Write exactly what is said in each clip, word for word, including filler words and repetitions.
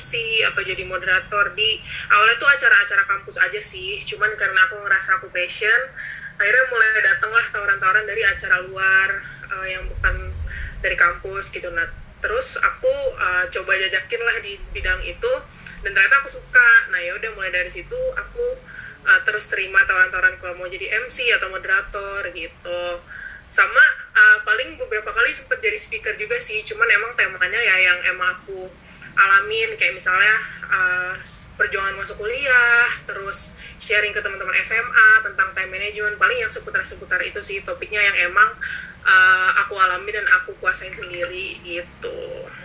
C atau jadi moderator di awalnya tuh acara-acara kampus aja sih, cuman karena aku ngerasa aku passion, akhirnya mulai datanglah tawaran-tawaran dari acara luar uh, yang bukan dari kampus gitu. Nah terus aku uh, coba jajakin lah di bidang itu dan ternyata aku suka. Nah ya udah mulai dari situ aku uh, terus terima tawaran-tawaran kalau mau jadi M C atau moderator gitu. Sama uh, paling beberapa kali sempet jadi speaker juga sih, cuman emang temanya ya yang emang aku alamin, kayak misalnya uh, perjuangan masuk kuliah, terus sharing ke teman-teman S M A tentang time management, paling yang seputar-seputar itu sih topiknya yang emang uh, aku alami dan aku kuasain sendiri gitu.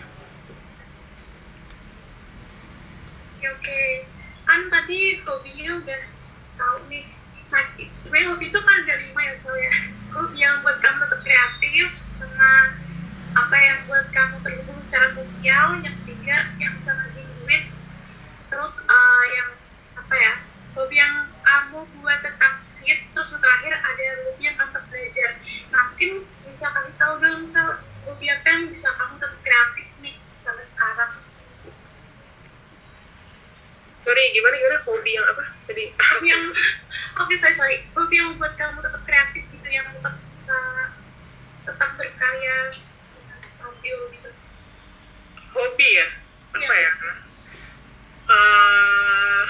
Oke, oke. Kan tadi hobinya udah tahu nih. Nah, sebenarnya hobi itu kan ada lima ya soalnya. Hobi yang buat kamu tetap kreatif, sama apa yang buat kamu terhubung secara sosial, yang ketiga yang bisa ngasih duit, terus uh, yang apa ya, hobi yang kamu buat tetap fit, terus yang terakhir ada hobi yang kamu tetap belajar. Nah mungkin bisa kasih tahu dong misal hobi apa yang bisa kamu tetap kreatif nih sampai sekarang. Sorry, gimana gimana hobi yang apa tadi? Hobi yang oke okay, sorry sorry hobi yang buat kamu tetap kreatif gitu, yang tetap bisa tetap berkarya stabil gitu. Hobi ya? Apa ya, ya? Uh,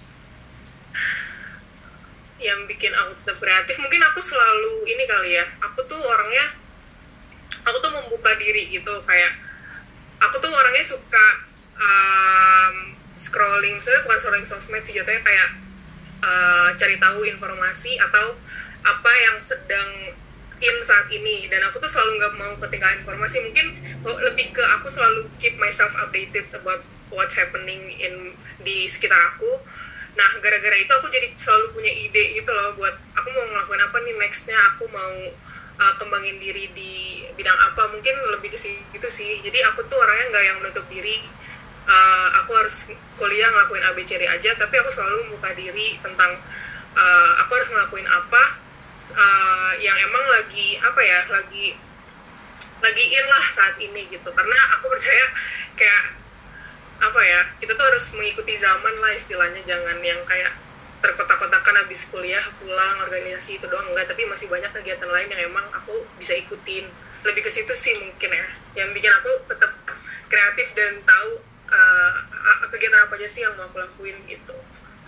yang bikin aku tetap kreatif mungkin aku selalu ini kali ya. Aku tuh orangnya, aku tuh membuka diri gitu, kayak aku tuh orangnya suka um, scrolling, sebenarnya bukan scrolling sosmed sih jatuhnya, kayak uh, cari tahu informasi atau apa yang sedang in saat ini, dan aku tuh selalu nggak mau ketinggalan informasi. Mungkin lebih ke aku selalu keep myself updated about what's happening in di sekitar aku. Nah gara-gara itu aku jadi selalu punya ide gitu loh, buat aku mau ngelakuin apa nih nextnya, aku mau uh, kembangin diri di bidang apa, mungkin lebih ke situ sih. Jadi aku tuh orangnya nggak yang menutup diri, uh, aku harus kuliah ngelakuin A B C D aja, tapi aku selalu membuka diri tentang uh, aku harus ngelakuin apa uh, yang emang lagi apa ya, lagi lagi in lah saat ini gitu. Karena aku percaya kayak apa ya, kita tuh harus mengikuti zaman lah istilahnya, jangan yang kayak terkotak-kotakan habis kuliah pulang organisasi itu doang, enggak, tapi masih banyak kegiatan lain yang emang aku bisa ikutin. Lebih ke situ sih mungkin ya, yang bikin aku tetap kreatif dan tahu uh, kegiatan apa aja sih yang mau aku lakuin gitu.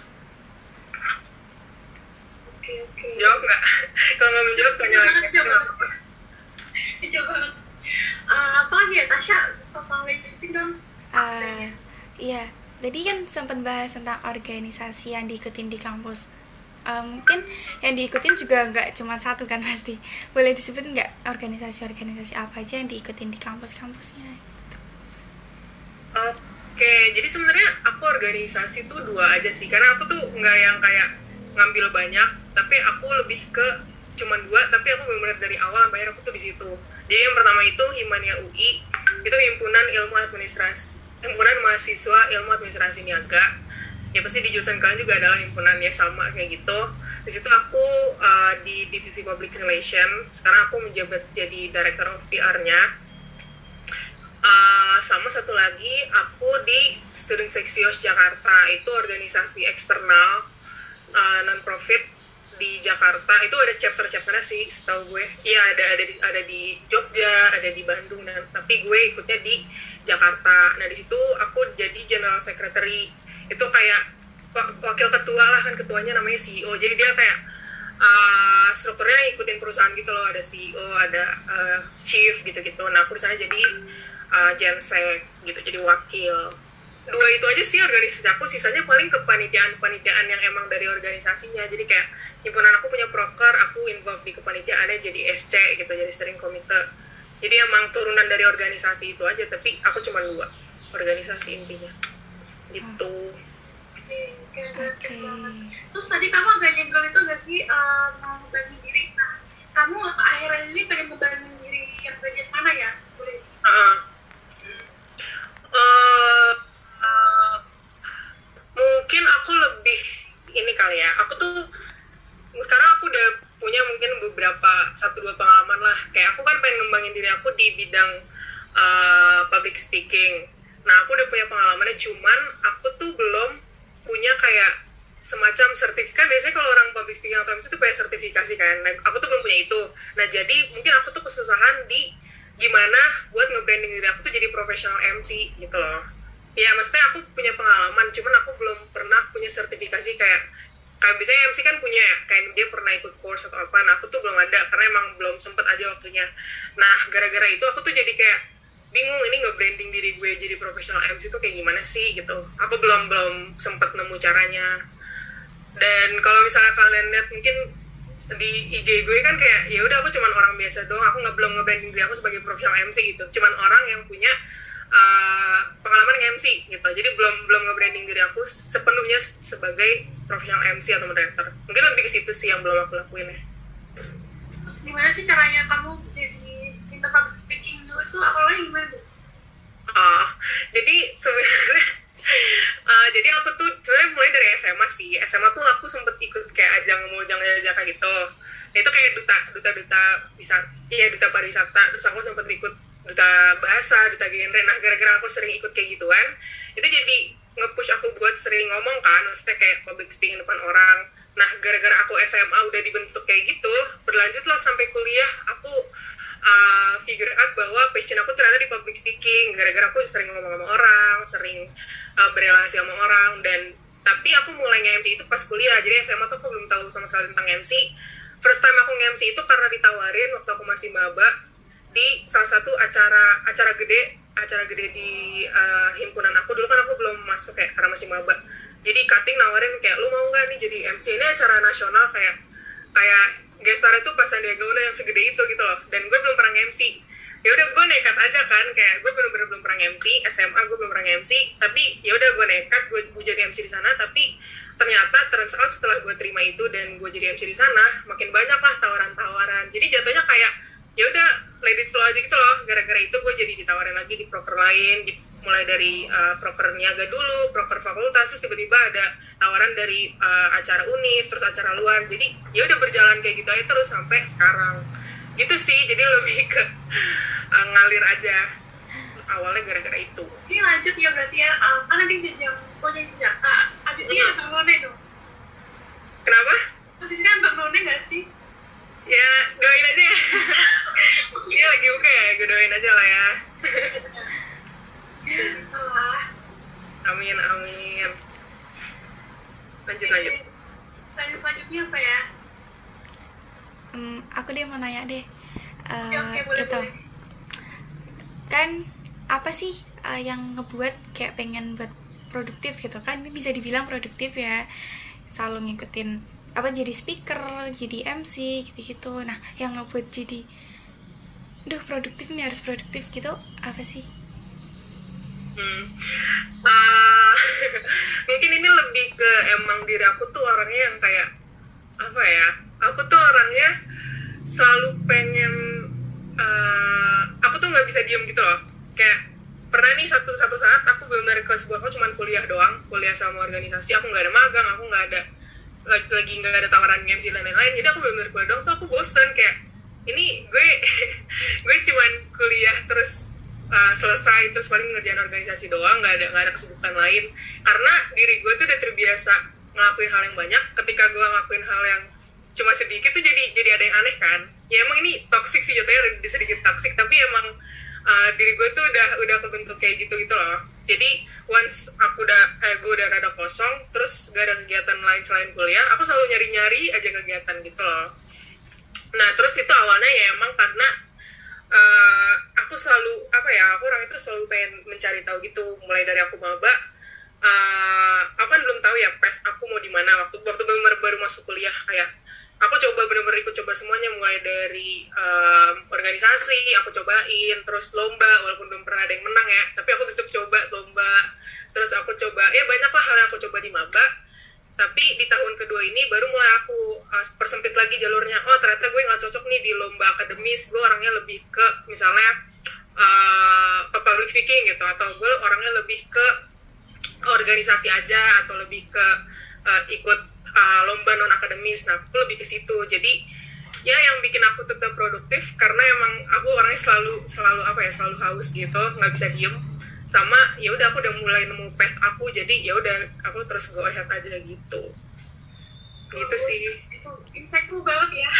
Oke oke. Jawab nggak? Kalau nggak menjawab tanya lagi. Coba coba. Uh, apa lagi ya Tasya? Soal lanjutin dong. Uh, iya, tadi kan sempat bahas tentang organisasi yang diikutin di kampus. Uh, mungkin yang diikutin juga nggak cuma satu kan pasti. Boleh disebut nggak organisasi-organisasi apa aja yang diikutin di kampus-kampusnya? Gitu. Oke, jadi sebenarnya aku organisasi tuh dua aja sih, karena aku tuh nggak yang kayak ngambil banyak, tapi aku lebih ke cuman dua, tapi aku benar-benar dari awal sampai akhir aku tuh di situ. Jadi yang pertama itu Himania U I, itu himpunan ilmu administrasi, himpunan mahasiswa ilmu administrasi niaga. Ya pasti di jurusan kalian juga adalah himpunannya sama kayak gitu. Di situ aku uh, di divisi public relation. Sekarang aku menjabat jadi director of P R-nya. Uh, sama satu lagi aku di Student Sexios Jakarta, itu organisasi eksternal uh, non-profit di Jakarta. Itu ada chapter-chapternya sih setahu gue. Iya ada ada di ada di Jogja, ada di Bandung, dan tapi gue ikutnya di Jakarta. Nah di situ aku jadi general secretary. Itu kayak wakil ketua lah, kan ketuanya namanya C E O. Jadi dia kayak uh, strukturnya ngikutin perusahaan gitu loh, ada C E O, ada uh, chief gitu-gitu. Nah aku di sana jadi uh, gensec gitu, jadi wakil. Dua itu aja sih organisasi aku, sisanya paling kepanitiaan-kepanitiaan yang emang dari organisasinya. Jadi kayak himpunan aku punya proker, aku involved di kepanitiaannya jadi S C gitu, jadi steering komite. Jadi emang turunan dari organisasi itu aja, tapi aku cuma dua organisasi intinya gitu. Oke, oke. Terus tadi kamu agak nyenggol itu gak sih uh, mau ngebangin diri? Nah, kamu akhirnya ini pengen ngebangin diri yang bagian mana ya? Boleh sih? Uh, uh, uh, mungkin aku lebih ini kali ya. Aku tuh sekarang aku udah punya mungkin beberapa satu dua pengalaman lah. Kayak aku kan pengen ngembangin diri aku di bidang uh, public speaking. Nah aku udah punya pengalamannya, cuman aku tuh belum punya kayak semacam sertifikat. Biasanya kalau orang public speaking atau M C itu punya sertifikasi kan, nah, aku tuh belum punya itu. Nah jadi mungkin aku tuh kesusahan di gimana buat nge-branding diri aku tuh jadi profesional M C gitu loh. Ya maksudnya aku punya pengalaman, cuman aku belum pernah punya sertifikasi kayak kayak biasanya M C kan punya ya, kayak dia pernah ikut course atau apa. Nah aku tuh belum ada karena emang belum sempet aja waktunya. Nah gara-gara itu aku tuh jadi kayak bingung ini nge-branding diri gue jadi profesional M C tuh kayak gimana sih gitu. Aku belum belum sempet nemu caranya. Dan kalau misalnya kalian lihat mungkin di I G gue kan kayak ya udah aku cuman orang biasa doang, aku nggak belum nge-branding diri aku sebagai profesional M C gitu, cuman orang yang punya uh, pengalaman M C gitu. Jadi belum belum nge-branding diri aku sepenuhnya sebagai profesional M C atau moderator. Mungkin lebih ke situ sih yang belum aku lakuin ya. Gimana sih caranya kamu jadi minta public speaking dulu itu awalnya gimana tuh? Oh, jadi sebenarnya Uh, jadi aku tuh sebenarnya mulai dari S M A sih. S M A tuh aku sempet ikut kayak ajang mojang jajaka gitu. Nah, itu kayak duta duta duta bisa iya duta pariwisata. Terus aku sempet ikut duta bahasa, duta genre. Nah gara-gara aku sering ikut kayak gituan, itu jadi nge-push aku buat sering ngomong kan, maksudnya kayak public speaking depan orang. Nah gara-gara aku S M A udah dibentuk kayak gitu, berlanjut lah sampai kuliah aku Uh, figure out bahwa passion aku ternyata di public speaking. Gara-gara aku sering ngomong sama orang, sering uh, berrelasi sama orang. Dan tapi aku mulai nge-M C itu pas kuliah. Jadi S M A tuh aku belum tahu sama sekali tentang M C. First time aku nge-M C itu karena ditawarin waktu aku masih maba di salah satu acara acara gede acara gede di uh, himpunan aku. Dulu kan aku belum masuk kayak karena masih maba. Jadi cutting nawarin kayak, lu mau nggak nih jadi M C, ini acara nasional kayak kayak gestar itu pas Sandiaga Uno yang segede itu gitu loh. Dan gue belum pernah nge-M C. Ya udah gue nekat aja kan, kayak gue bener-bener belum pernah nge-M C. S M A gue belum pernah nge-M C, tapi ya udah gue nekat, gue, gue jadi M C di sana. Tapi ternyata turns out setelah gue terima itu dan gue jadi M C di sana, makin banyak lah tawaran-tawaran. Jadi jatuhnya kayak ya udah let it flow aja gitu loh. Gara-gara itu gue jadi ditawarin lagi di proker lain, di, mulai dari uh, proker niaga dulu, proker fakultas, terus tiba-tiba ada tawaran dari uh, acara univ, terus acara luar. Jadi ya udah berjalan kayak gitu aja terus sampai sekarang gitu sih. Jadi lebih ke uh, ngalir aja awalnya gara-gara itu. Ini lanjut ya berarti ya, um, kan nanti di jam pojok jaka abis ini ada Bang None dong. Kenapa? Abis ini ada Bang None nggak sih? Ya doain aja ya. Dia lagi buka ya, gue doain aja lah ya. Allah. Amin, amin. Lanjut, lanjut. Pertanyaan selanjutnya apa ya? Hmm, aku deh mau nanya deh. Uh, Oke, oke, boleh, itu. boleh. Kan apa sih uh, yang ngebuat kayak pengen buat produktif gitu kan? Ini bisa dibilang produktif ya. Selalu ngikutin apa jadi speaker, jadi M C gitu-gitu. Nah, yang ngebuat jadi duh produktif nih, harus produktif gitu apa sih? Hmm. Uh, mungkin ini lebih ke emang diri aku tuh orangnya yang kayak apa ya, aku tuh orangnya selalu pengen uh, aku tuh nggak bisa diem gitu loh. Kayak pernah nih satu satu saat aku benar-benar ke sebuah, aku cuma kuliah doang, kuliah sama organisasi, aku nggak ada magang, aku nggak ada lagi lagi nggak ada tawaran M C dan lain-lain. Jadi aku benar-benar kuliah doang tuh aku bosen, kayak ini gue gue cuman kuliah terus Uh, selesai terus paling ngerjain organisasi doang, nggak ada nggak ada kesibukan lain. Karena diri gue tuh udah terbiasa ngelakuin hal yang banyak. Ketika gue ngelakuin hal yang cuma sedikit tuh jadi jadi ada yang aneh kan. Ya emang ini toxic sih jatuhnya, sedikit toxic, tapi emang uh, diri gue tuh udah udah kebentuk kayak gitu gitu loh. Jadi once aku udah eh, gue udah rada kosong, terus gak ada kegiatan lain selain kuliah, aku selalu nyari-nyari aja kegiatan gitu loh. Nah terus itu awalnya ya emang karena Uh, aku selalu apa ya, aku orang itu selalu pengen mencari tahu gitu. Mulai dari aku maba, uh, aku kan belum tahu ya path aku mau di mana waktu waktu baru baru masuk kuliah. Kayak aku coba bener-bener ikut coba semuanya, mulai dari um, organisasi aku cobain, terus lomba walaupun belum pernah ada yang menang ya, tapi aku tetap coba lomba. Terus aku coba ya banyak lah hal yang aku coba di maba. Tapi di tahun kedua ini baru mulai aku uh, persempit lagi jalurnya. Oh ternyata gue nggak cocok nih di lomba akademis, gue orangnya lebih ke misalnya uh, ke public speaking gitu, atau gue orangnya lebih ke organisasi aja, atau lebih ke uh, ikut uh, lomba non akademis. Nah aku lebih ke situ. Jadi ya yang bikin aku tetap produktif karena emang aku orangnya selalu selalu apa ya selalu haus gitu, nggak bisa diem. sama ya udah aku udah mulai nemu path aku, jadi ya udah aku terus go ahead aja gitu gitu Oh, sih. itu insightful banget ya.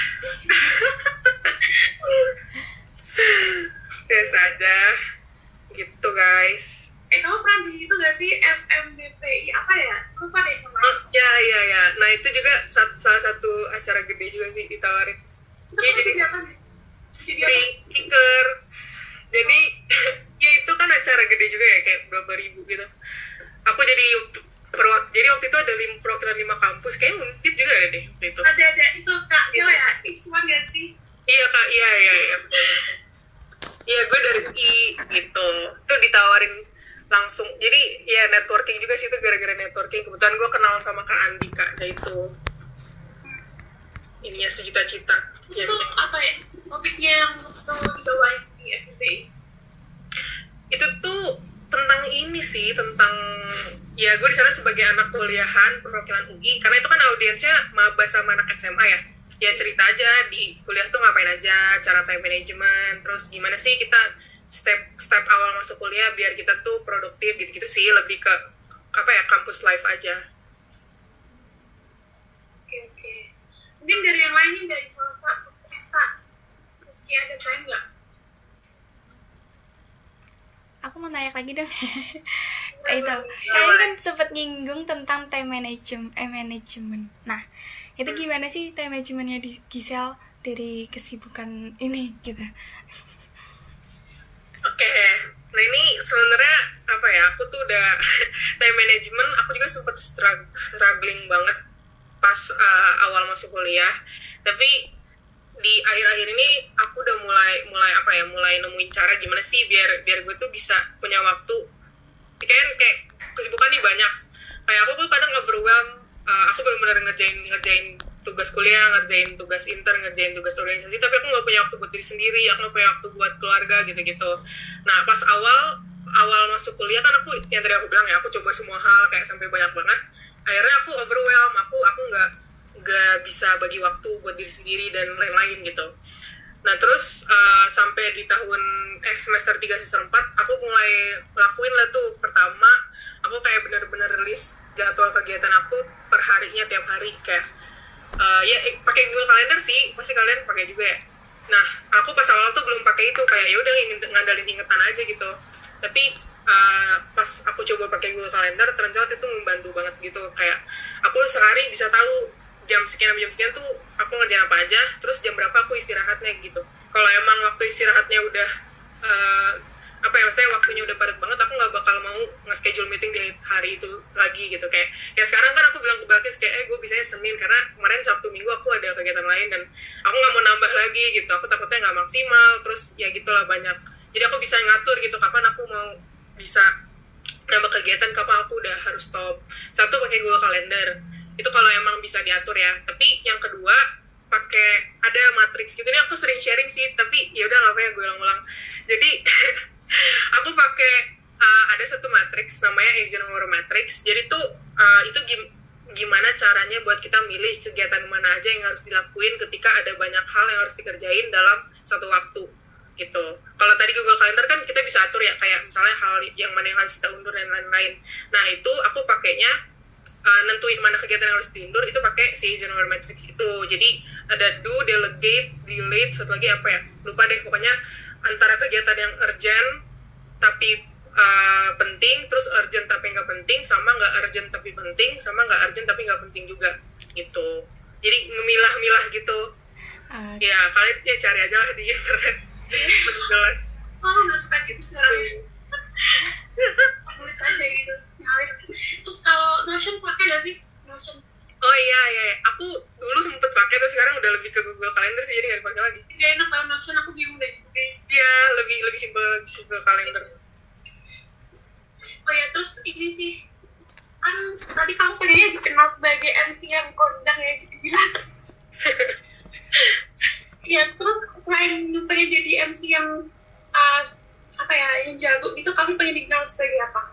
Biasa aja gitu guys. Eh, kamu pernah di itu gak sih, F M B P I apa ya? Lupa deh Oh, namanya. ya ya ya, nah itu juga sa- salah satu acara gede juga sih ditawarin. Itu Iya, kamu jadi jadi apa nih? Jadi apa? free speaker. Jadi ya itu kan acara gede juga ya, kayak berapa ribu gitu. Aku jadi perwak jadi waktu itu ada lim, perwakilan lima kampus, kayak Undip juga ada deh waktu itu. Ada ada itu Kak Cil ya, Iswan gak sih? Iya kak, iya iya iya. Iya gue dari U I gitu. Tuh ditawarin langsung. Jadi ya networking juga sih, itu gara-gara networking. Kebetulan gue kenal sama Kak Andika, kayak itu. Ininya sejuta cita. Terus itu apa ya? Topiknya yang tuh dibawain di F M B I. Itu tuh tentang ini sih, tentang ya gue di sana sebagai anak kuliahan perwakilan U I, karena itu kan audiensnya maba sama anak S M A ya. Ya cerita aja di kuliah tuh ngapain aja, cara time management, terus gimana sih kita step step awal masuk kuliah biar kita tuh produktif gitu-gitu sih, lebih ke apa ya, kampus life aja. Oke oke. Mungkin dari yang lain nih, dari Salsa, Krista, Rizky ada time nggak? Aku mau nanya lagi dong. Eh, itu kayaknya kan sempat nyinggung tentang time management eh, management. Nah, itu gimana sih time managementnya di Gisel dari kesibukan ini gitu? Oke, nah ini sebenarnya apa ya, aku tuh udah time management, aku juga sempet strugg- struggling banget pas uh, awal masuk kuliah. Tapi di akhir-akhir ini aku udah mulai mulai apa ya, mulai nemuin cara gimana sih biar biar gue tuh bisa punya waktu. Kayak kayak kesibukan nih banyak. Kayak aku tuh kadang overwhelm. Uh, aku benar-benar ngerjain ngerjain tugas kuliah, ngerjain tugas intern, ngerjain tugas organisasi, tapi aku nggak punya waktu buat diri sendiri, aku nggak punya waktu buat keluarga gitu-gitu. Nah pas awal awal masuk kuliah kan aku yang tadi aku bilang ya, aku coba semua hal kayak sampai banyak banget. Akhirnya aku overwhelm, aku aku nggak nggak bisa bagi waktu buat diri sendiri dan lain-lain gitu. Nah terus uh, sampai di tahun eh semester tiga semester empat aku mulai lakuin lah tuh, pertama aku kayak bener-bener list jadwal kegiatan aku per harinya tiap hari, kayak uh, ya eh, pakai Google Calendar sih, pasti kalian pakai juga ya. Nah aku pas awal tuh belum pakai itu, kayak ya udah ngandalin ingetan aja gitu. Tapi uh, pas aku coba pakai Google Calendar ternyata itu membantu banget gitu, kayak aku sehari bisa tahu jam sekian jam sekian tuh aku ngerjain apa aja, terus jam berapa aku istirahatnya gitu. Kalau emang waktu istirahatnya udah uh, apa ya, maksudnya waktunya udah padat banget, aku nggak bakal mau nge-schedule meeting di hari itu lagi gitu. Kayak ya sekarang kan aku bilang ke Balkis kayak eh gue bisanya Senin, karena kemarin Sabtu Minggu aku ada kegiatan lain dan aku nggak mau nambah lagi gitu, aku takutnya nggak maksimal, terus ya gitulah banyak. Jadi aku bisa ngatur gitu kapan aku mau bisa nambah kegiatan, kapan aku udah harus stop. Satu pakai Google Calendar itu kalau emang bisa diatur ya. Tapi yang kedua pakai ada matriks gitu, ini aku sering sharing sih, tapi ya udah nggak apa ya gue ulang-ulang. Jadi aku pakai uh, ada satu matriks namanya Eisenhower Matrix. Jadi tuh uh, itu gim- gimana caranya buat kita milih kegiatan mana aja yang harus dilakuin ketika ada banyak hal yang harus dikerjain dalam satu waktu gitu. Kalau tadi Google Calendar kan kita bisa atur ya, kayak misalnya hal yang mana yang harus kita undur dan lain-lain. Nah itu aku pakainya Uh, nentuin mana kegiatan yang harus diundur itu pakai si Eisenhower Matrix itu. Jadi ada do, delegate, delete, satu lagi apa ya, lupa deh, pokoknya antara kegiatan yang urgent tapi uh, penting, terus urgent tapi nggak penting, sama nggak urgent tapi penting, sama nggak urgent tapi nggak penting juga gitu. Jadi memilah-milah gitu. Uh, Ya kalian ya cari aja lah di internet. Lebih jelas. Oh nggak suka gitu sekarang. Tulis aja gitu, ngalir. Terus kalau Notion pakai gak sih? Notion Oh iya iya, iya. Aku dulu sempet pakai, tapi sekarang udah lebih ke Google Calendar sih, jadi nggak dipakai lagi. gak enak kalau Notion, aku bingung deh. Iya, lebih lebih simpel Google Calendar. Oh ya, terus ini sih, kan tadi kamu pengennya dikenal sebagai M C yang kondang ya, gitu bilang. Ya, terus selain pengen jadi M C yang uh, apa ya, yang jago gitu, kamu pengen dikenal sebagai apa?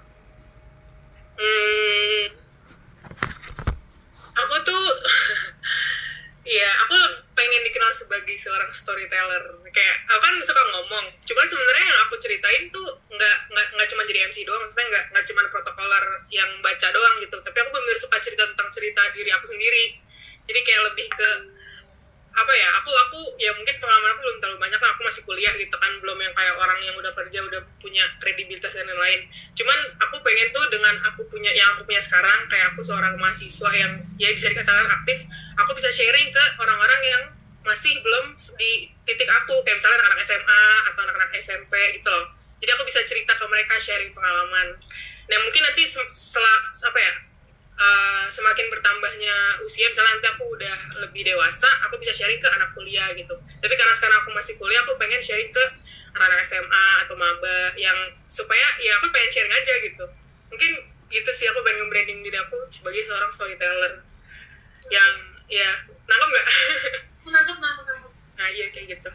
Hmm, aku tuh, ya aku pengen dikenal sebagai sebagai seorang storyteller. Kayak aku kan suka ngomong, cuman sebenarnya yang aku ceritain tuh nggak nggak nggak cuma jadi M C doang, maksudnya nggak nggak cuma protokoler yang baca doang gitu, tapi aku benar-benar suka cerita tentang cerita diri aku sendiri. Jadi kayak lebih ke apa ya, aku aku ya mungkin pengalaman aku belum terlalu banyak lah, aku masih kuliah gitu kan, belum yang kayak orang yang udah kerja udah punya kredibilitas dan lain-lain. Cuman aku pengen tuh dengan aku punya yang aku punya sekarang, kayak aku seorang mahasiswa yang ya bisa dikatakan aktif, aku bisa sharing ke orang-orang yang masih belum di titik aku, kayak misalnya anak-anak S M A atau anak-anak S M P gitu loh. Jadi aku bisa cerita ke mereka, sharing pengalaman. Nah mungkin nanti setelah apa ya, Uh, semakin bertambahnya usia, misalnya nanti aku udah lebih dewasa, aku bisa sharing ke anak kuliah gitu. Tapi karena sekarang aku masih kuliah, aku pengen sharing ke anak-anak S M A atau maba yang supaya ya aku pengen sharing aja gitu. Mungkin gitu sih, aku pengen nge-branding diri aku sebagai seorang storyteller yang ya nangkep nggak? Nangkep, nangkep, nangkep. Nah iya kayak gitu.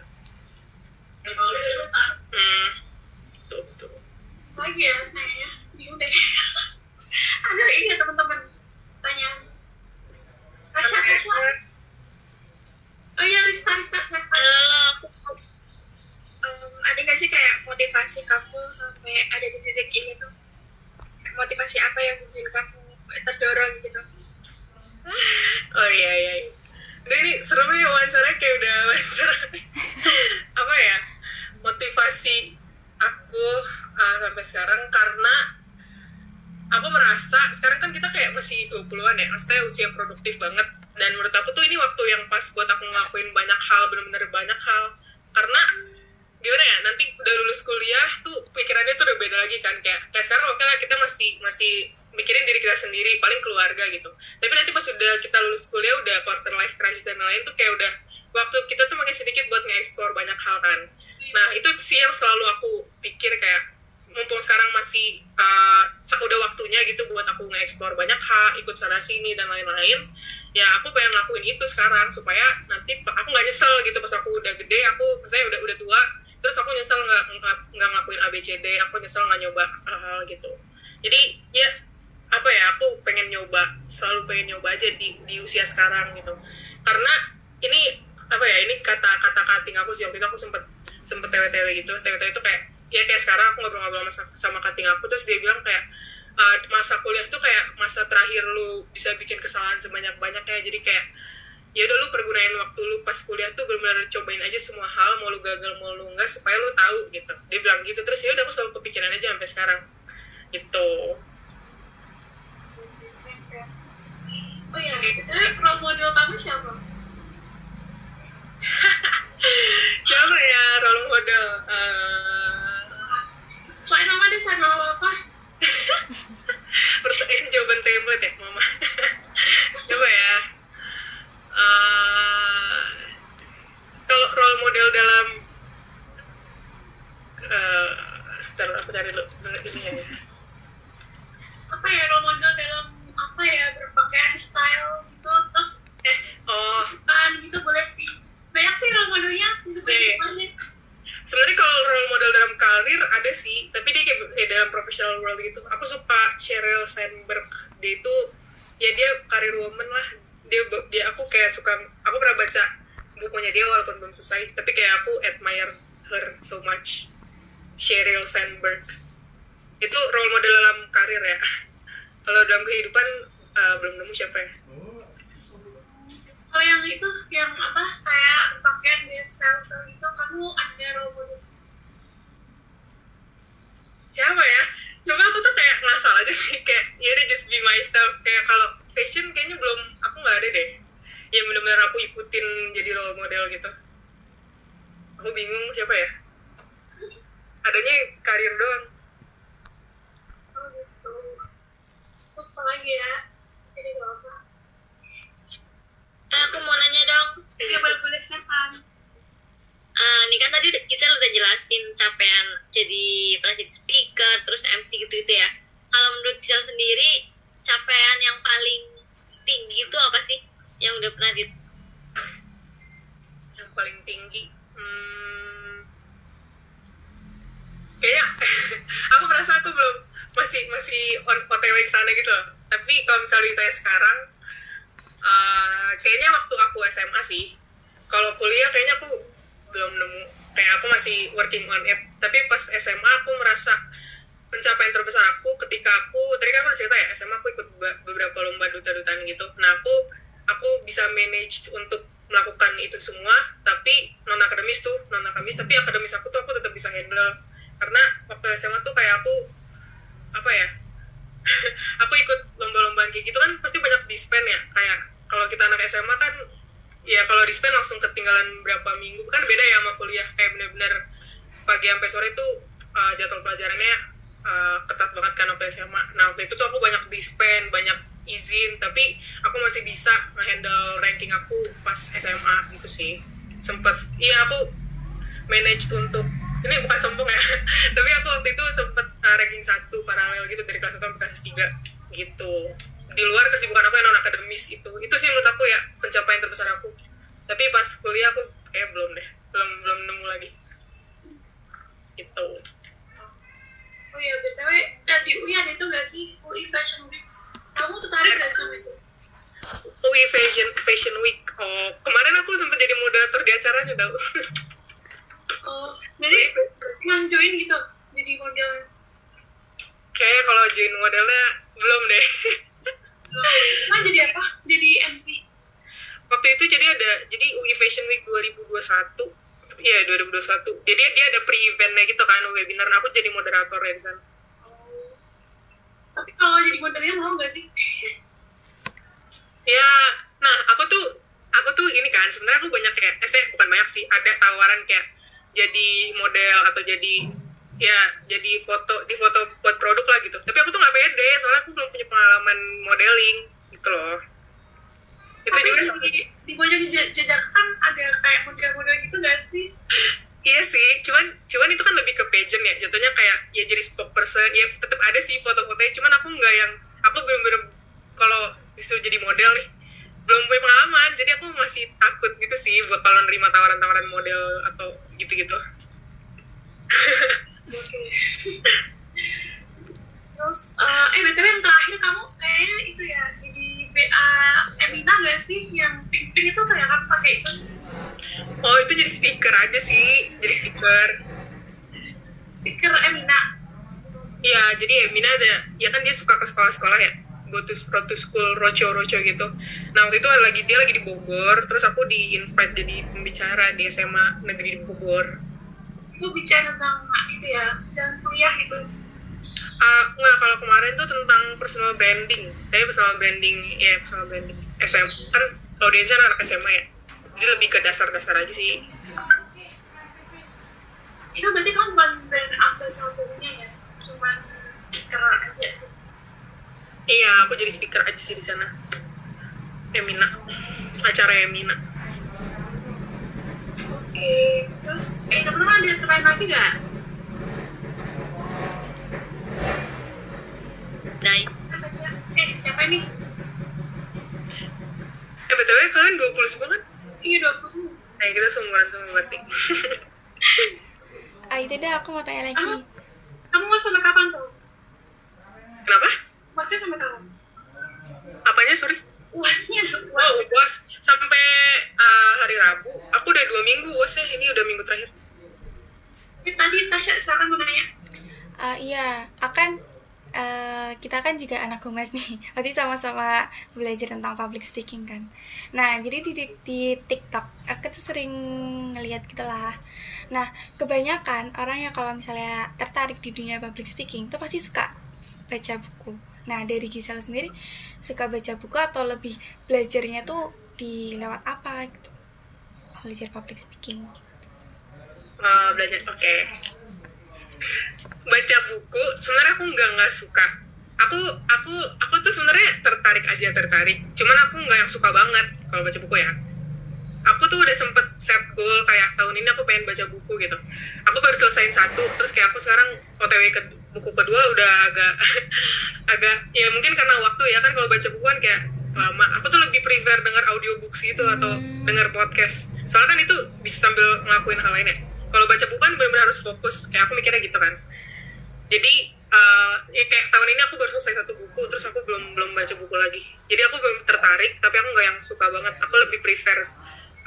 Hmm, betul betul. Lagi ya, nanya, bingung deh. Ada ini ya teman-teman tanya. Tasya, Tasya. Oh iya, Rista, Rista, silakan. Halo, um, ada nggak sih kayak motivasi kamu sampai ada di titik ini tuh? Motivasi apa yang bikin kamu terdorong gitu? Oh iya iya. Udah ini seru nih wawancara, kayak udah wawancara. Apa ya? Motivasi aku uh, sampai sekarang karena aku merasa sekarang kan kita kayak masih dua puluhan ya, maksudnya usia produktif banget, dan menurut aku tuh ini waktu yang pas buat aku ngelakuin banyak hal, bener-bener banyak hal. Karena gimana ya, nanti udah lulus kuliah tuh pikirannya tuh udah beda lagi kan, kayak kayak sekarang oke lah kita masih masih mikirin diri kita sendiri, paling keluarga gitu. Tapi nanti pas udah kita lulus kuliah, udah quarter life crisis dan lain-lain tuh kayak udah waktu kita tuh makin sedikit buat nge-explore banyak hal kan. Nah itu sih yang selalu aku pikir, kayak mumpung sekarang masih uh, udah waktunya gitu buat aku nge-explore banyak hal, ikut sana sini dan lain-lain, ya aku pengen ngelakuin itu sekarang supaya nanti aku nggak nyesel gitu pas aku udah gede, aku misalnya udah udah tua terus aku nyesel nggak nggak ngelakuin A B C D, aku nyesel nggak nyoba hal-hal gitu. Jadi ya apa ya, aku pengen nyoba, selalu pengen nyoba aja di di usia sekarang gitu. Karena ini apa ya, ini kata-kata cutting aku sih, waktu itu aku sempet sempet T W T W gitu. T W T W itu kayak ya kayak sekarang aku ngobrol-ngobrol sama, sama cutting aku, terus dia bilang kayak uh, masa kuliah tuh kayak masa terakhir lu bisa bikin kesalahan sebanyak-banyaknya. Jadi kayak ya udah lu pergunain waktu lu pas kuliah tuh benar-benar cobain aja semua hal, mau lu gagal mau lu enggak, supaya lu tahu gitu. Dia bilang gitu, terus ya udah aku selalu kepikiran aja sampai sekarang gitu. Oh iya, itu role model kamu siapa? Siapa ya role model? Uh... Selain mama deh, selain mama apa? Ini jawaban template ya, mama. Coba ya. Uh... Kalau role model dalam, uh... bentar, aku cari dulu ini ya. Apa ya, role model dalam apa ya, berpakaian style gitu, terus eh oh kan gitu, boleh sih. Banyak sih role modelnya, disebut-sebut aja. Sebenarnya kalau role model dalam karir ada sih, tapi dia kayak eh, dalam professional world gitu. Aku suka Sheryl Sandberg. Dia itu ya dia career woman lah. Dia dia aku kayak suka, aku pernah baca bukunya dia walaupun belum selesai, tapi kayak aku admire her so much. Sheryl Sandberg. Itu role model dalam karir ya. Kalau dalam kehidupan uh, belum nemu siapa ya. Kalau yang itu, yang apa, kayak pakaian dia style-style itu, kamu ada role model? Siapa ya? Coba aku tuh kayak ngasal aja sih, kayak ya udah just be myself. Kayak kalau fashion kayaknya belum, aku nggak ada deh yang benar-benar aku ikutin jadi role model gitu. Aku bingung siapa ya? Adanya karir doang. Oh gitu. Terus apa lagi ya? Jadi gak apa. Eh, aku mau nanya dong. Ya boleh-boleh silakan. Uh, ini kan tadi Gisel udah jelasin capaian jadi pernah jadi speaker, terus M C gitu-gitu ya. Kalau menurut Gisel sendiri, capaian yang paling tinggi itu apa sih? Yang udah pernah di... Yang paling tinggi? Hmm... Kayaknya, aku merasa aku belum, masih masih on O T W ke sana gitu loh. Tapi kalau misalnya ditanya sekarang, uh, kayaknya waktu aku S M A sih. kalau kuliah kayaknya aku belum nemu, kayak aku masih working on it. Tapi pas S M A aku merasa pencapaian terbesar aku ketika aku, tadi kan aku udah cerita ya, S M A aku ikut beberapa lomba duta-dutaan gitu. Nah aku aku bisa manage untuk melakukan itu semua, tapi non akademis tuh non akademis tapi akademis aku tuh aku tetap bisa handle. Karena waktu S M A tuh kayak aku apa ya aku ikut lomba-lombaan kayak gitu kan pasti banyak dispen ya, kayak kalau kita anak S M A kan ya kalau dispen langsung ketinggalan berapa minggu, kan beda ya sama kuliah, kayak bener-bener pagi sampai sore tuh uh, jadwal pelajarannya uh, ketat banget kan waktu S M A. Nah waktu itu tuh aku banyak dispen, banyak izin, tapi aku masih bisa nge-handle ranking aku pas S M A gitu sih. Sempet, iya aku manage untuk, ini bukan sombong ya, tapi aku waktu itu sempet uh, ranking satu paralel gitu dari kelas satu sampai kelas tiga gitu. Di luar kesibukan aku yang non-akademis itu. Itu sih menurut aku ya pencapaian terbesar aku. Tapi pas kuliah aku kayak belum deh, belum belum nemu lagi. Gitu. Oh iya, B T W, eh, di U I ada itu gak sih? U I Fashion Week. Kamu tertarik gak sama itu? U I Fashion, Fashion Week. Oh, kemarin aku sempat jadi moderator di acaranya tau. Oh, jadi emang join gitu? Jadi model? Kayaknya kalau join modelnya belum deh. Emang jadi apa? Jadi M C? Waktu itu jadi ada, jadi U I Fashion Week dua ribu dua puluh satu. Iya, dua ribu dua puluh satu. Jadi dia ada pre-eventnya gitu kan, webinar. Nah, aku jadi moderatornya di sana. Oh. Tapi kalau jadi modelnya mau nggak sih? Ya, nah aku tuh, aku tuh ini kan, sebenarnya aku banyak kayak, eh bukan banyak sih, ada tawaran kayak jadi model atau jadi, ya jadi foto, di foto buat produk lah gitu. Tapi aku tuh nggak pede, soalnya aku belum punya pengalaman modeling gitu loh. Itu tapi juga di, di, di pojok jejak kan ada kayak model-model gitu nggak sih? Iya sih, cuman cuman itu kan lebih ke pageant ya, jatuhnya kayak ya jadi spokesperson, ya tetap ada sih foto-fotonya, cuman aku nggak yang, aku bener-bener kalau disuruh jadi model nih, belum punya pengalaman, jadi aku masih takut gitu sih buat kalau nerima tawaran-tawaran model atau gitu-gitu. Oke. Terus, uh, eh B T W yang terakhir kamu kayaknya itu ya, jadi B A Emina nggak sih, yang pink-pink itu kayak kamu pakai itu? Oh itu jadi speaker aja sih, jadi speaker. Speaker Emina. Iya, jadi Emina ada, ya kan dia suka ke sekolah-sekolah ya, go to, go to school, roco-roco gitu. Nah waktu itu lagi dia lagi di Bogor, terus aku di-invite jadi pembicara di S M A negeri di Bogor. Itu bicara tentang itu ya, dan kuliah gitu. Uh, nggak, kalau kemarin tuh tentang personal branding, tapi personal branding, ya personal branding S M A, kan audiensnya anak S M A ya, jadi lebih ke dasar-dasar aja sih. Itu berarti kamu bukan brand ambassador-nya ya, cuma speaker aja. Iya, aku jadi speaker aja sih di sana. Emina, acara Emina. Oke, terus eh teman-teman ada lain lagi nggak? Dai. Eh siapa ini? Eh B T W kalian dua puluh semua kan? Iya dua puluh semua. Nah kita seumuran sama berarti. Ah itu dah aku mau tanya lagi. Kamu, kamu mau sampai kapan Sol? Kenapa? Uasnya sampai kapan? Apanya, sorry? Uasnya, Oh, uas. uas. Sampai uh, hari Rabu. Aku udah dua minggu uasnya, ini udah minggu terakhir. Eh, tadi Tasya silakan mau nanya. Uh, iya, akan uh, kita kan juga anak humas nih. Pasti sama-sama belajar tentang public speaking kan. Nah, jadi di, di TikTok aku tuh sering ngeliat gitu lah. Nah, kebanyakan orang yang kalau misalnya tertarik di dunia public speaking tuh pasti suka baca buku. Nah, dari Giselle sendiri suka baca buku atau lebih belajarnya tuh di lewat apa gitu? Belajar public speaking. Uh, belajar, oke. Okay. Baca buku, sebenarnya aku nggak nggak suka. Aku aku aku tuh sebenarnya tertarik aja tertarik. Cuman aku nggak yang suka banget kalau baca buku ya. Aku tuh udah sempet set goal kayak tahun ini aku pengen baca buku gitu. Aku baru selesaiin satu, terus kayak aku sekarang O T W ke buku kedua udah agak agak ya mungkin karena waktu ya kan, kalau baca buku kan kayak lama. Aku tuh lebih prefer denger audiobooks gitu atau denger podcast. Soalnya kan itu bisa sambil ngelakuin hal lain ya. Kalau baca buku kan benar-benar harus fokus, kayak aku mikirnya gitu kan. Jadi uh, ya kayak tahun ini aku baru selesai satu buku, terus aku belum belum baca buku lagi. Jadi aku belum tertarik, tapi aku nggak yang suka banget. Aku lebih prefer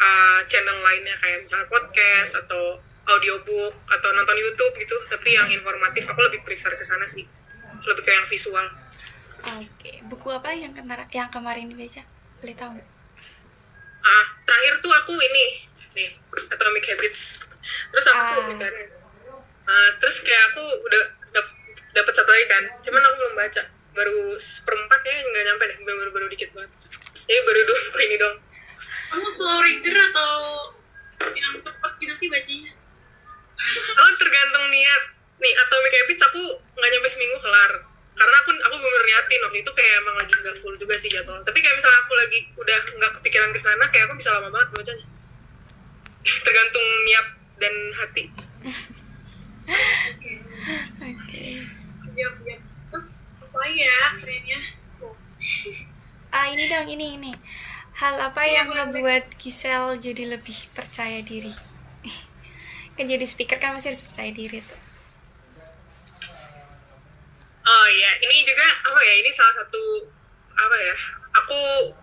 uh, channel lainnya kayak misalnya podcast atau audiobook atau nonton YouTube gitu, tapi yang informatif aku lebih prefer ke sana sih, lebih ke yang visual. Oke, buku apa yang kemar- yang kemarin dibaca? Boleh tahu nggak? Ah, terakhir tuh aku ini nih Atomic Habits. Terus aku Ah. kan, uh, terus kayak aku udah dap- dapat satu lagi kan, cuman aku belum baca, baru seperempat kayaknya nggak nyampe deh, baru baru dikit banget. Jadi baru dua buku ini dong. Kamu slow reader atau yang cepat gitu sih bacanya? Aku tergantung niat. Nih Atomic Habits aku nggak nyampe seminggu kelar. Karena aku aku bener niatin waktu itu kayak emang lagi nggak full juga sih jadwal. Tapi kayak misalnya aku lagi udah nggak kepikiran ke sana, kayak aku bisa lama banget bacanya. Tergantung niat dan hati. Oke. Jam jam terus apa ya kerennya? Oh. Ah, ini dong, ini ini. Hal apa Iya, yang boleh, ngebuat Gisel jadi lebih percaya diri? Kan jadi speaker kan masih harus percaya diri tuh. Oh iya, ini juga apa ya? Ini salah satu apa ya? Aku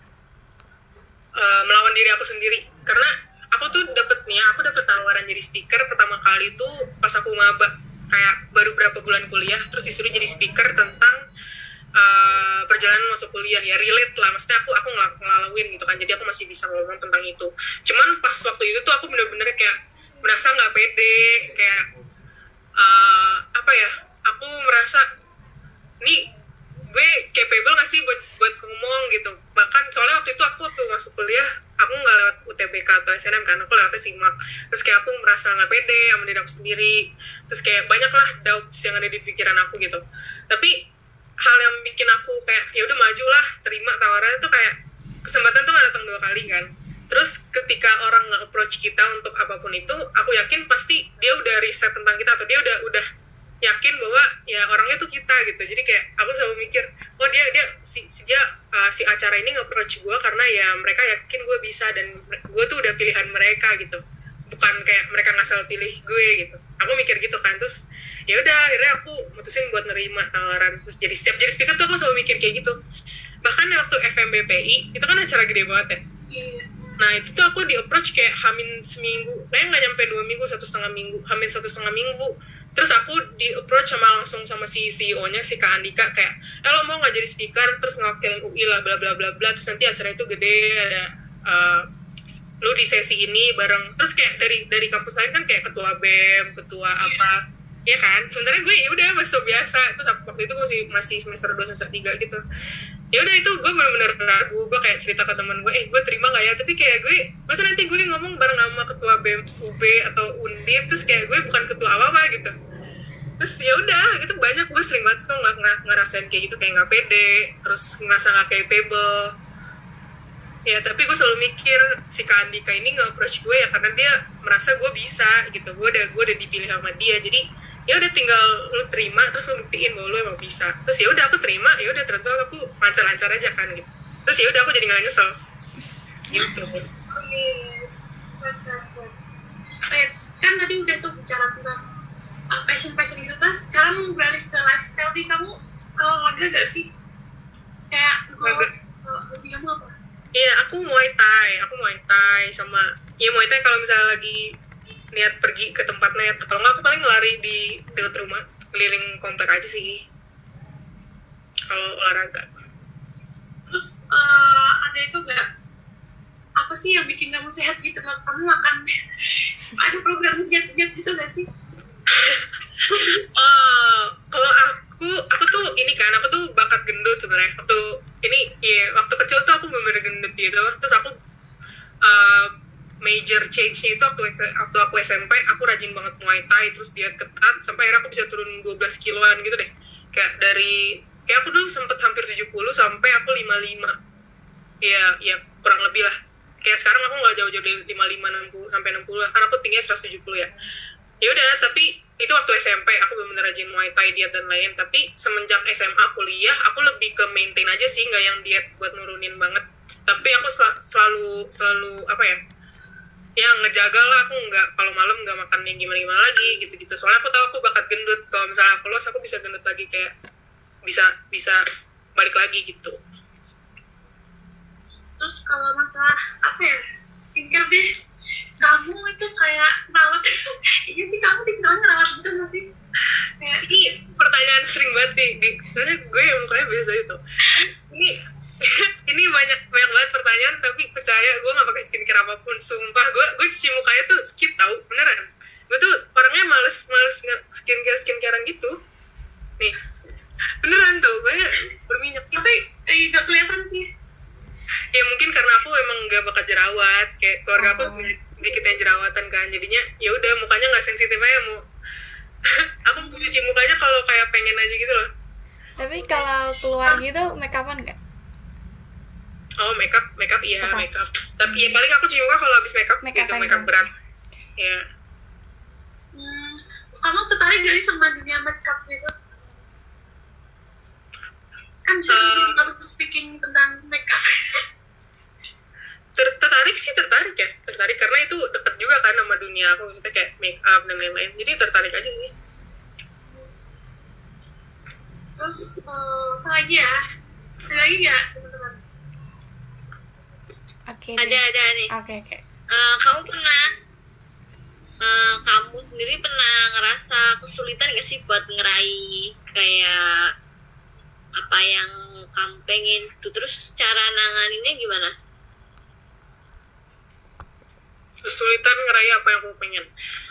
uh, melawan diri aku sendiri karena aku tuh dapet nih, aku dapet tawaran jadi speaker pertama kali tuh pas aku maba, kayak baru berapa bulan kuliah, terus disuruh jadi speaker tentang uh, perjalanan masuk kuliah ya, relate lah, maksudnya aku aku ngel- ngelaluin gitu kan, jadi aku masih bisa ngomong tentang itu. Cuman pas waktu itu tuh aku bener-bener kayak merasa nggak pede, kayak uh, apa ya? Aku merasa nih gue capable gak sih buat buat ngomong gitu. Bahkan soalnya waktu itu aku waktu masuk kuliah aku nggak lewat U T B K atau S N M kan, aku lewatnya SIMAK. Terus kayak aku merasa nggak pede sama diri aku sendiri, terus kayak banyak lah doubts yang ada di pikiran aku gitu. Tapi hal yang bikin aku kayak ya udah maju lah, terima tawarannya tuh kayak kesempatan tuh nggak datang dua kali kan. Terus ketika orang nge-approach kita untuk apapun itu, aku yakin pasti dia udah riset tentang kita atau dia udah udah yakin bahwa ya orangnya tuh kita gitu. Jadi kayak aku selalu mikir, oh dia dia si, si dia uh, si acara ini nge-approach gue karena ya mereka yakin gue bisa dan gue tuh udah pilihan mereka gitu, bukan kayak mereka ngasal pilih gue gitu. Aku mikir gitu kan. Terus ya udah akhirnya aku mutusin buat nerima tawaran. Terus jadi setiap jadi speaker tuh aku selalu mikir kayak gitu. Bahkan waktu F M B P I itu kan acara gede banget ya. Iya. Nah itu tuh aku di approach kayak hamin seminggu, kayaknya nggak nyampe dua minggu, satu setengah minggu, hamin satu setengah minggu. Terus aku di approach sama langsung sama si C E O-nya, si Kak Andika, kayak, eh lo mau nggak jadi speaker, terus ngewakilin U I lah, bla bla bla bla, terus nanti acara itu gede, ada uh, lo di sesi ini bareng, terus kayak dari dari kampus lain kan kayak ketua B E M, ketua apa, ya kan? Sebenarnya gue ya udah masuk biasa, terus waktu itu gue masih masih semester dua semester tiga gitu. Ya udah itu gue bener-bener ragu, gue kayak cerita ke teman gue, eh gue terima nggak ya? Tapi kayak gue, masa nanti gue ngomong bareng sama ketua B E M, U B atau Undip, terus kayak gue bukan ketua apa-apa gitu. Terus ya udah, itu banyak, gue sering banget kok nggak nggak- ngerasain kayak gitu, kayak nggak pede, terus ngerasa nggak capable. Ya tapi gue selalu mikir si Kak Andika ini nge-approach gue ya karena dia merasa gue bisa gitu, gue udah gue udah dipilih sama dia, jadi ya udah tinggal lu terima terus lu buktiin bahwa lu emang bisa. Terus ya udah aku terima, ya udah terus aku lancar-lancar aja kan gitu. Terus ya udah aku jadi nggak nyesel gitu. Oke. Mantap. Eh, kan tadi udah tuh bicara tentang uh, passion-passion itu kan, sekarang beralih ke lifestyle nih, kamu suka olahraga gak sih? Kayak golf, uh, hobi kamu apa? Iya, aku Muay Thai, aku Muay Thai sama ya Muay Thai kalau misalnya lagi niat pergi ke tempat net. Kalau nggak aku paling lari di dekat rumah, keliling komplek aja sih. Kalau olahraga. Terus uh, ada itu gak? Apa sih yang bikin kamu sehat gitu? Kamu makan ada program diet-diet gitu gak sih? Oh, kalau aku, aku tuh ini kan, aku tuh bakat gendut sebenarnya. Waktu ini, ya waktu kecil tuh aku bener-bener gendut gitu. Terus aku uh, major change-nya itu waktu, waktu aku S M P, aku rajin banget Muay Thai, terus diet ketat, sampai akhirnya aku bisa turun dua belas kiloan gitu deh. Kayak dari, kayak aku dulu sempet hampir tujuh puluh sampai aku lima puluh lima. Iya, ya kurang lebih lah. Kayak sekarang aku nggak jauh-jauh dari lima puluh lima enam puluh sampai enam puluh lah, karena aku tingginya seratus tujuh puluh ya. Ya udah, tapi itu waktu S M P aku bener-bener rajin Muay Thai, diet dan lain. Tapi semenjak S M A kuliah aku lebih ke maintain aja sih, nggak yang diet buat nurunin banget. Tapi aku sel- selalu selalu apa ya, ya ngejaga lah, aku nggak kalau malam nggak makan yang gimana-gimana lagi gitu-gitu. Soalnya aku tahu aku bakat gendut, kalau misalnya aku los aku bisa gendut lagi, kayak bisa bisa balik lagi gitu. Terus kalau masalah apa ya, skincare deh. Kamu itu kayak rawat. Iya sih, kamu tinggal ngerawat gitu nggak sih? Kayak, Ini pertanyaan sering banget nih, di, karena gue yang mukanya biasa itu. Ini ini banyak banyak banget pertanyaan, tapi percaya gue nggak pakai skincare apapun, sumpah. Gue gue cuci mukanya tuh skip tau, beneran. Gue tuh orangnya males males skincare skincarean gitu. Nih, beneran tuh, gue berminyak. tapi eh, nggak kelihatan sih. Ya mungkin karena aku emang nggak bakat jerawat, kayak keluarga aku Oh. dikit yang jerawatan kan, jadinya ya udah mukanya nggak sensitif aja mau. Aku cuci mukanya kalau kayak pengen aja gitu loh. Tapi kalau keluar gitu make upan nggak? Oh, makeup, makeup iya, Makeup. makeup. Tapi ya paling aku cuci muka kalau habis makeup Makeup gitu, aja. makeup berat. Ya. Hmm, kamu tertarik gak sih sama dunia makeup gitu? Kan bisa Eh. uh, speaking tentang makeup. Ter- tertarik sih tertarik ya, tertarik karena itu deket juga kan sama dunia aku, maksudnya kayak makeup dan lain-lain. Jadi tertarik aja sih. Terus uh, apa lagi ya? Ada lagi nggak teman-teman? Oke. Ada deh. ada nih. Oke oke. Eh, kamu pernah eh, kamu sendiri pernah ngerasa kesulitan gak sih buat ngeraih kayak apa yang kamu pengen tuh, terus cara nanganinnya gimana? Kesulitan ngeraih apa yang aku pengen.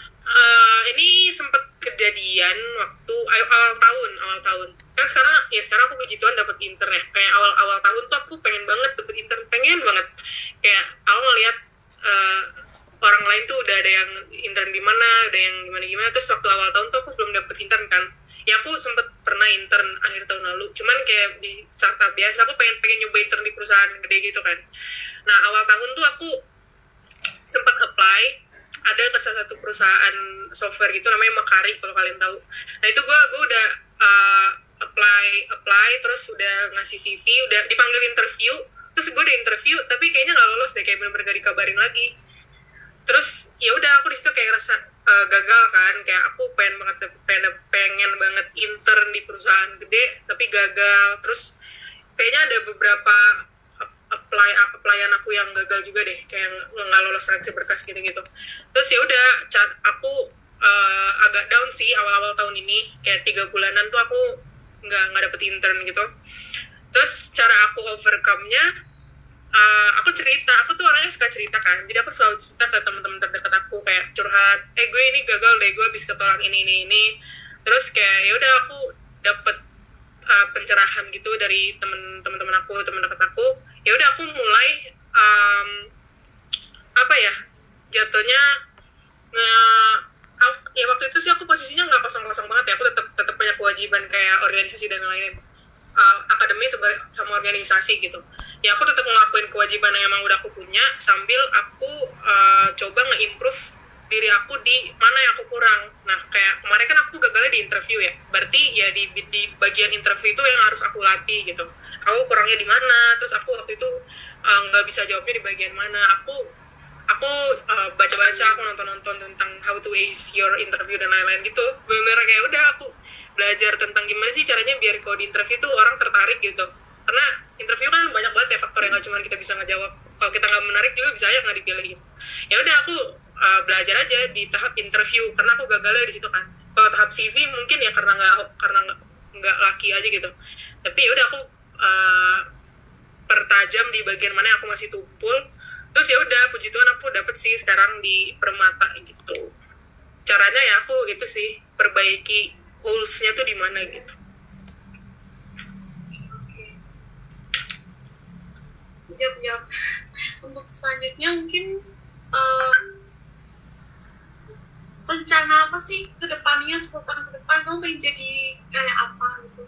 Eh, ini sempat kejadian waktu ayo, awal tahun, awal tahun. Kan sekarang ya sekarang aku puji Tuhan dapat intern ya. Kayak awal-awal tahun tuh aku pengen banget dapat intern, pengen banget. Kayak aku ngeliat eh, orang lain tuh udah ada yang intern di mana, ada yang gimana gimana. Terus waktu awal tahun tuh aku belum dapet intern kan. Ya aku sempet pernah intern akhir tahun lalu. Cuman kayak di startup biasa, aku pengen pengen nyoba intern di perusahaan gede gitu kan. Nah awal tahun tuh aku sempat apply ada ke salah satu perusahaan software gitu namanya Makari kalau kalian tahu. Nah itu gue gue udah uh, apply apply terus udah ngasih C V, udah dipanggil interview, terus gue udah interview tapi kayaknya nggak lolos deh, kayak bener-bener gak dikabarin lagi. Terus ya udah aku di situ kayak ngerasa uh, gagal kan, kayak aku pengen banget pengen, pengen banget intern di perusahaan gede tapi gagal. Terus kayaknya ada beberapa apply applyan aku yang gagal juga deh, kayak nggak lolos seleksi berkas gitu-gitu. Terus ya udah cat aku uh, agak down sih awal-awal tahun ini, kayak tiga bulanan tuh aku nggak nggak dapet intern gitu. Terus cara aku overcome-nya, uh, aku cerita, aku tuh orangnya suka cerita kan, jadi aku selalu cerita ke teman-teman terdekat aku, kayak curhat, eh gue ini gagal deh, gue habis ketolak ini ini ini. Terus kayak ya udah aku dapet uh, pencerahan gitu dari temen-temen aku, temen dekat aku. Ya udah aku mulai um, apa ya jatuhnya nge aku, ya waktu itu sih aku posisinya nggak kosong-kosong banget ya, aku tetap tetap punya kewajiban kayak organisasi dan lain-lain, uh, akademi seba- sama organisasi gitu. Ya aku tetap ngelakuin kewajiban yang emang udah aku punya sambil aku uh, coba nge-improve diri aku di mana yang aku kurang. Nah kayak kemarin kan aku gagalnya di interview ya, berarti ya di di bagian interview itu yang harus aku latih gitu. Aku kurangnya di mana, terus aku waktu itu nggak uh, bisa jawabnya di bagian mana. Aku aku uh, baca-baca, aku nonton-nonton tentang how to ace your interview dan lain-lain gitu. Bener-bener kayak udah aku belajar tentang gimana sih caranya biar kalau di interview tuh orang tertarik gitu. Karena interview kan banyak banget ya faktor yang nggak cuma kita bisa ngejawab. Kalau kita nggak menarik juga bisa aja nggak dipilih gitu. Ya udah aku uh, belajar aja di tahap interview karena aku gagalnya di situ kan. Kalau tahap C V mungkin ya karena nggak karena nggak nggak laki aja gitu. Tapi ya udah aku uh, pertajam di bagian mana yang aku masih tumpul. Terus ya udah puji Tuhan aku dapet sih sekarang di Permata gitu. Caranya ya aku itu sih perbaiki holes-nya tuh di mana gitu. Jawab-jawab. Untuk selanjutnya mungkin uh, rencana apa sih ke depannya, sepuluh tahun ke depan kamu pengen jadi kayak apa gitu?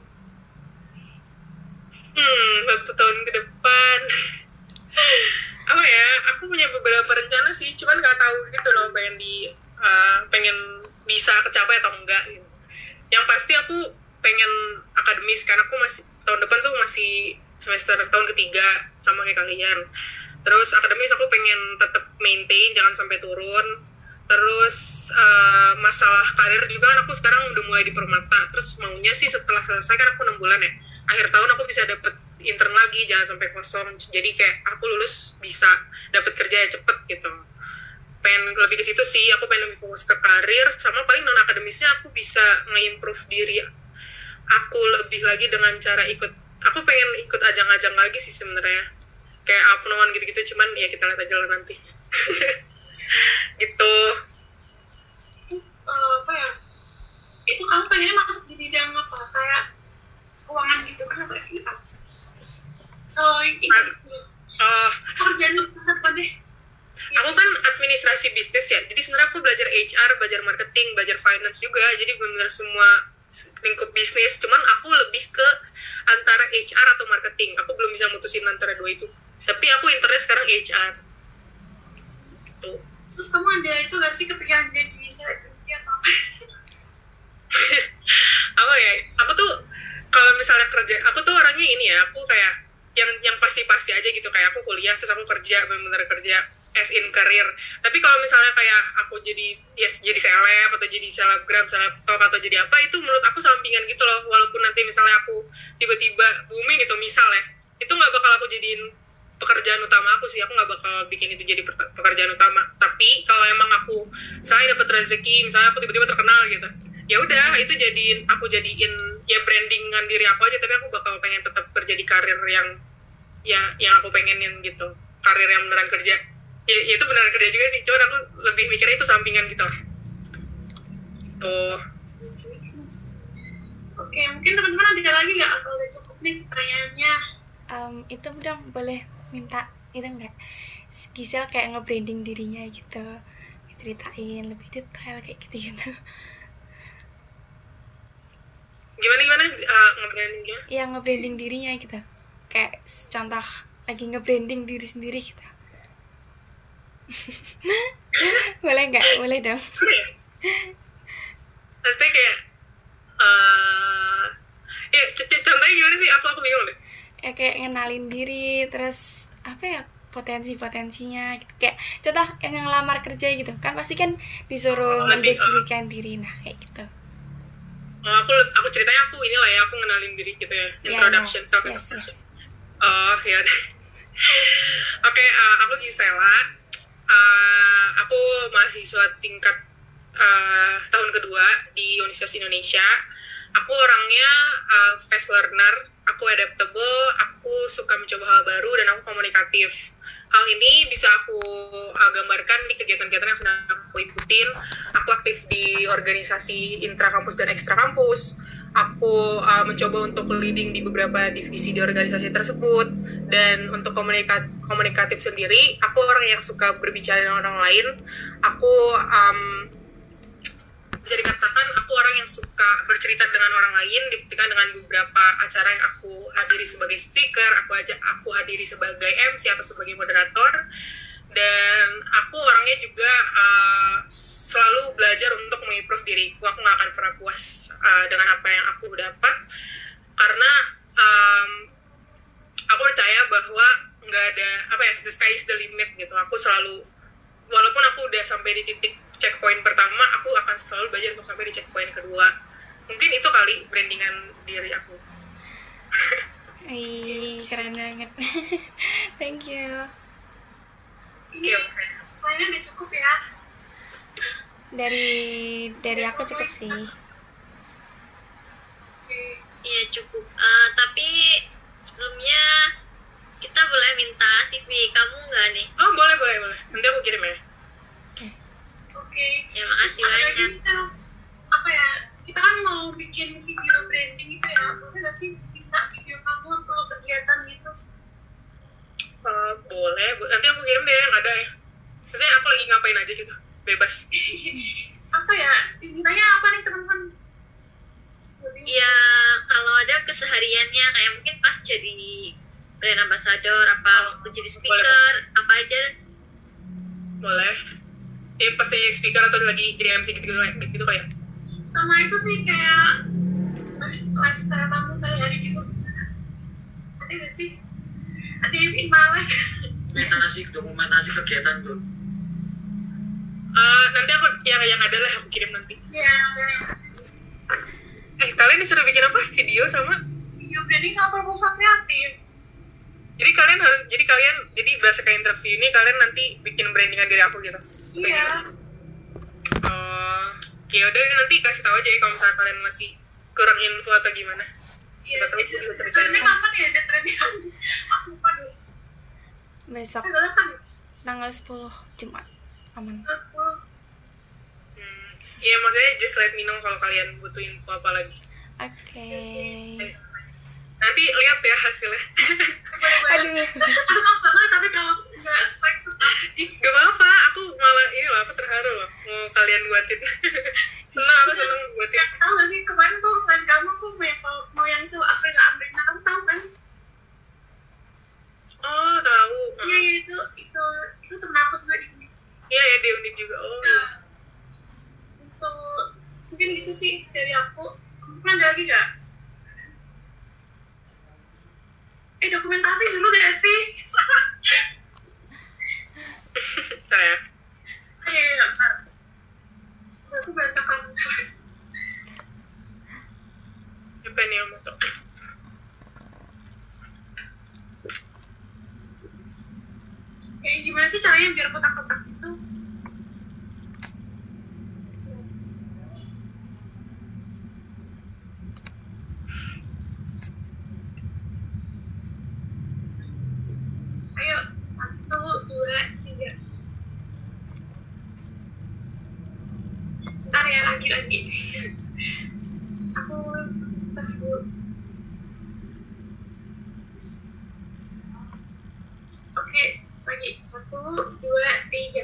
Hmm, satu tahun ke depan apa ya, aku punya beberapa rencana sih, cuman nggak tahu gitu loh pengen di uh, pengen bisa kecapai atau enggak gitu. Yang pasti aku pengen akademis karena aku masih tahun depan tuh masih semester tahun ketiga sama kayak kalian. Terus akademis aku pengen tetap maintain, jangan sampai turun. Terus uh, masalah karir juga kan aku sekarang udah mulai di Permata. Terus maunya sih setelah selesai kan aku enam bulan ya, akhir tahun aku bisa dapet intern lagi, jangan sampai kosong. Jadi kayak aku lulus bisa dapat kerja yang cepet gitu. Pengen lebih ke situ sih, aku pengen lebih fokus ke karir, sama paling non akademisnya aku bisa nge-improve diri aku lebih lagi dengan cara ikut, aku pengen ikut ajang-ajang lagi sih sebenarnya, kayak apnoan gitu-gitu, cuman ya kita lihat aja lah nanti. Gitu. Uh, apa ya, itu kamu pengennya masuk di bidang apa, kayak keuangan gitu kan atau F I A? Kalau itu uh, pekerjaan masa depan deh. Aku kan administrasi bisnis ya, jadi sebenarnya aku belajar H R, belajar marketing, belajar finance juga, jadi benar-benar semua lingkup bisnis. Cuman aku lebih ke antara H R atau marketing, aku belum bisa mutusin antara dua itu. Tapi aku interest sekarang H R. Tuh. Terus kamu ada itu gak sih kepikiran jadi selebriti atau apa? Apa ya? Aku tuh kalau misalnya kerja, aku tuh orangnya ini ya, aku kayak yang yang pasti-pasti aja gitu, kayak aku kuliah terus aku kerja, benar-benar kerja as in career. Tapi kalau misalnya kayak aku jadi ya jadi seleb atau jadi selebgram, selebtop atau jadi apa, itu menurut aku sampingan gitu loh. Walaupun nanti misalnya aku tiba-tiba booming gitu misalnya, itu nggak bakal aku jadiin pekerjaan utama aku sih. Aku nggak bakal bikin itu jadi pekerjaan utama. Tapi kalau emang aku misalnya dapat rezeki, misalnya aku tiba-tiba terkenal gitu, ya udah itu jadiin, aku jadiin ya brandingan diri aku aja. Tapi aku bakal pengen tetap kerja di karir yang ya yang aku pengenin gitu, karir yang beneran kerja. Ya, ya itu beneran kerja juga sih, cuman aku lebih mikirnya itu sampingan gitu lah. Tuh. Oke, mungkin teman-teman ada lagi nggak? Kalau udah cukup nih pertanyaannya. Um, itu udah boleh minta itu enggak? Gisel kayak nge-branding dirinya gitu, ceritain lebih detail kayak gitu-gitu. Gimana gimana uh, nge-branding ya? Yang nge-branding dirinya gitu. Kayak contoh lagi nge-branding diri sendiri gitu. Boleh nggak? Boleh dong. Maksudnya kayak uh, ya c- c- contohnya gimana sih? Aku aku bingung deh. Ya kayak ngenalin diri, terus apa ya, potensi-potensinya gitu. Kayak contoh yang ngelamar kerja gitu kan, pasti kan disuruh mendeskripsikan diri, nah kayak gitu. Oh, aku aku ceritanya aku inilah ya, aku ngenalin diri gitu ya, introduction, yeah, self yes, introduction. yes. Oh ya. Oke, okay, uh, aku Gisela. Uh, aku mahasiswa tingkat uh, tahun kedua di Universitas Indonesia. Aku orangnya uh, fast learner, aku adaptable, aku suka mencoba hal baru, dan aku komunikatif. Hal ini bisa aku uh, gambarkan di kegiatan-kegiatan yang sedang aku ikutin. Aku aktif di organisasi intrakampus dan ekstrakampus. Aku uh, mencoba untuk leading di beberapa divisi di organisasi tersebut. Dan untuk komunika- komunikatif sendiri, aku orang yang suka berbicara dengan orang lain. Aku um, bisa dikatakan aku orang yang suka bercerita dengan orang lain, dibuktikan dengan beberapa acara yang aku hadiri sebagai speaker, aku aja aku hadiri sebagai M C atau sebagai moderator. Dan aku orangnya juga uh, selalu belajar untuk mengimprove diriku. Aku gak akan pernah puas uh, dengan apa yang aku dapat, karena um, aku percaya bahwa nggak ada apa ya, the sky is the limit gitu. Aku selalu, walaupun aku udah sampai di titik checkpoint pertama, aku akan selalu belajar untuk sampai di checkpoint kedua. Mungkin itu kali brandingan diri aku. Ih, keren banget. Thank you. Ini Oke, oke. kayaknya udah cukup ya. Dari dari aku cukup sih. Oke. Iya cukup. Uh, tapi sebelumnya kita boleh minta C V kamu nggak nih? Oh, boleh, boleh, boleh. Nanti aku kirim ya. Oke. Ya makasih Ada lagi banyak. misal apa ya? Kita kan mau bikin video branding gitu ya. Boleh nggak sih minta video kamu atau kegiatan gitu? Uh, boleh, bo- nanti aku kirim deh yang ada ya. Maksudnya aku lagi ngapain aja gitu, bebas. Apa ya? Mintanya apa nih teman-teman? Ya kalau ada kesehariannya, kayak mungkin pas jadi brand ambassador, apa waktu jadi speaker, apa aja. Boleh. Ya pasti speaker atau lagi jadi M C gitu-gitu lah, gitu kali ya. Sama itu sih kayak lifestyle kamu sehari-hari gitu. Ada nggak sih? Ada yang in my life? Dokumentasi, dokumentasi kegiatan tuh. Uh, nanti aku yang yang ada lah aku kirim nanti. Ya, ada yang Eh, kalian disuruh bikin apa? Video sama? video branding sama proposal kreatif. jadi kalian jadi bahasa kayak interview ini kalian nanti bikin brandingan diri aku gitu. Iya. Oh, ya udah nanti kasih tahu aja ya kalau misalnya kalian masih kurang info atau gimana. Iya. Siapa tahu aku bisa ceritain. Ini kapan ya deadline-nya? Aku lupa dulu. Besok Tanggal delapan ya? tanggal sepuluh Jumat. Aman. Tanggal sepuluh. Hmm, iya maksudnya just let me know kalau kalian butuh info apa lagi. Oke. Nanti lihat ya hasilnya. Aduh. Aduh, maaf banget, tapi kalau nggak sesuai ekspektasi. Gak apa-apa, aku malah ini loh, aku terharu loh mau kalian buatin. Senang, aku seneng buatin. Tahu nggak sih, kemarin tuh selain kamu, aku mau, mau yang itu April Amrina, kamu tahu kan? Oh, tahu. Iya, iya, itu, itu, itu temen aku juga di sini. Iya ya, dia unik juga. Oh, iya. Nah, untuk, mungkin itu sih dari aku. Kamu kan ada lagi nggak? Eh, dokumentasi dulu gak sih? Saya. Ayo, ayo, ntar. Aku berantakan. Siapa nih yang motor? Kayak gimana sih caranya biar kotak-kotak gitu? Ayo, satu, dua, tiga. Ntar ya, lagi-lagi. Aku start dulu. Oke, lagi. Satu, dua, tiga.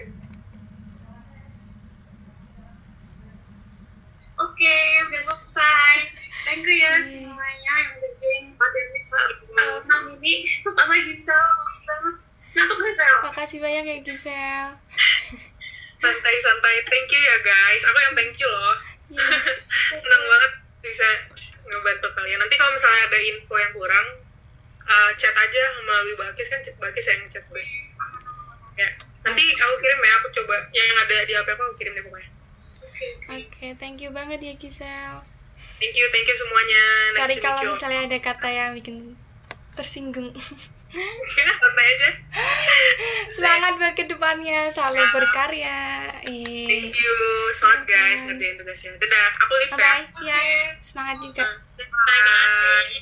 Oke, udah selesai. Thank you ya semuanya yang udah join pada uh, enam ini. Terutama Gisel, makasih banget. Ngantuk gak, Sel? Makasih banyak ya Gisel. Santai-santai, thank you ya guys. Aku yang thank you loh. Iya. Senang banget bisa ngebantu kalian. Nanti kalau misalnya ada info yang kurang, uh, chat aja melalui Bakis, kan chat Bakis yang chat gue. Ya, nanti aku kirim ya, aku coba yang ada di H P aku, aku kirim deh pokoknya. Oke, thank you banget ya Gisel. Thank you, thank you semuanya. Nice Sorry to meet kalau you. misalnya ada kata yang bikin tersinggung. Ya, santai aja. Semangat buat kedepannya, selalu berkarya. Eh, Thank you, semangat guys ngerjain tugasnya. Dadah, aku live bye bye. ya. Ya, semangat juga. Terima kasih.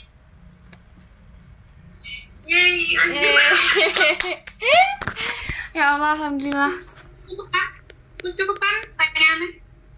Yeay, anjir. Eh. Ya Allah, alhamdulillah. Cukup kan? Cukup kan? Pertanyaannya?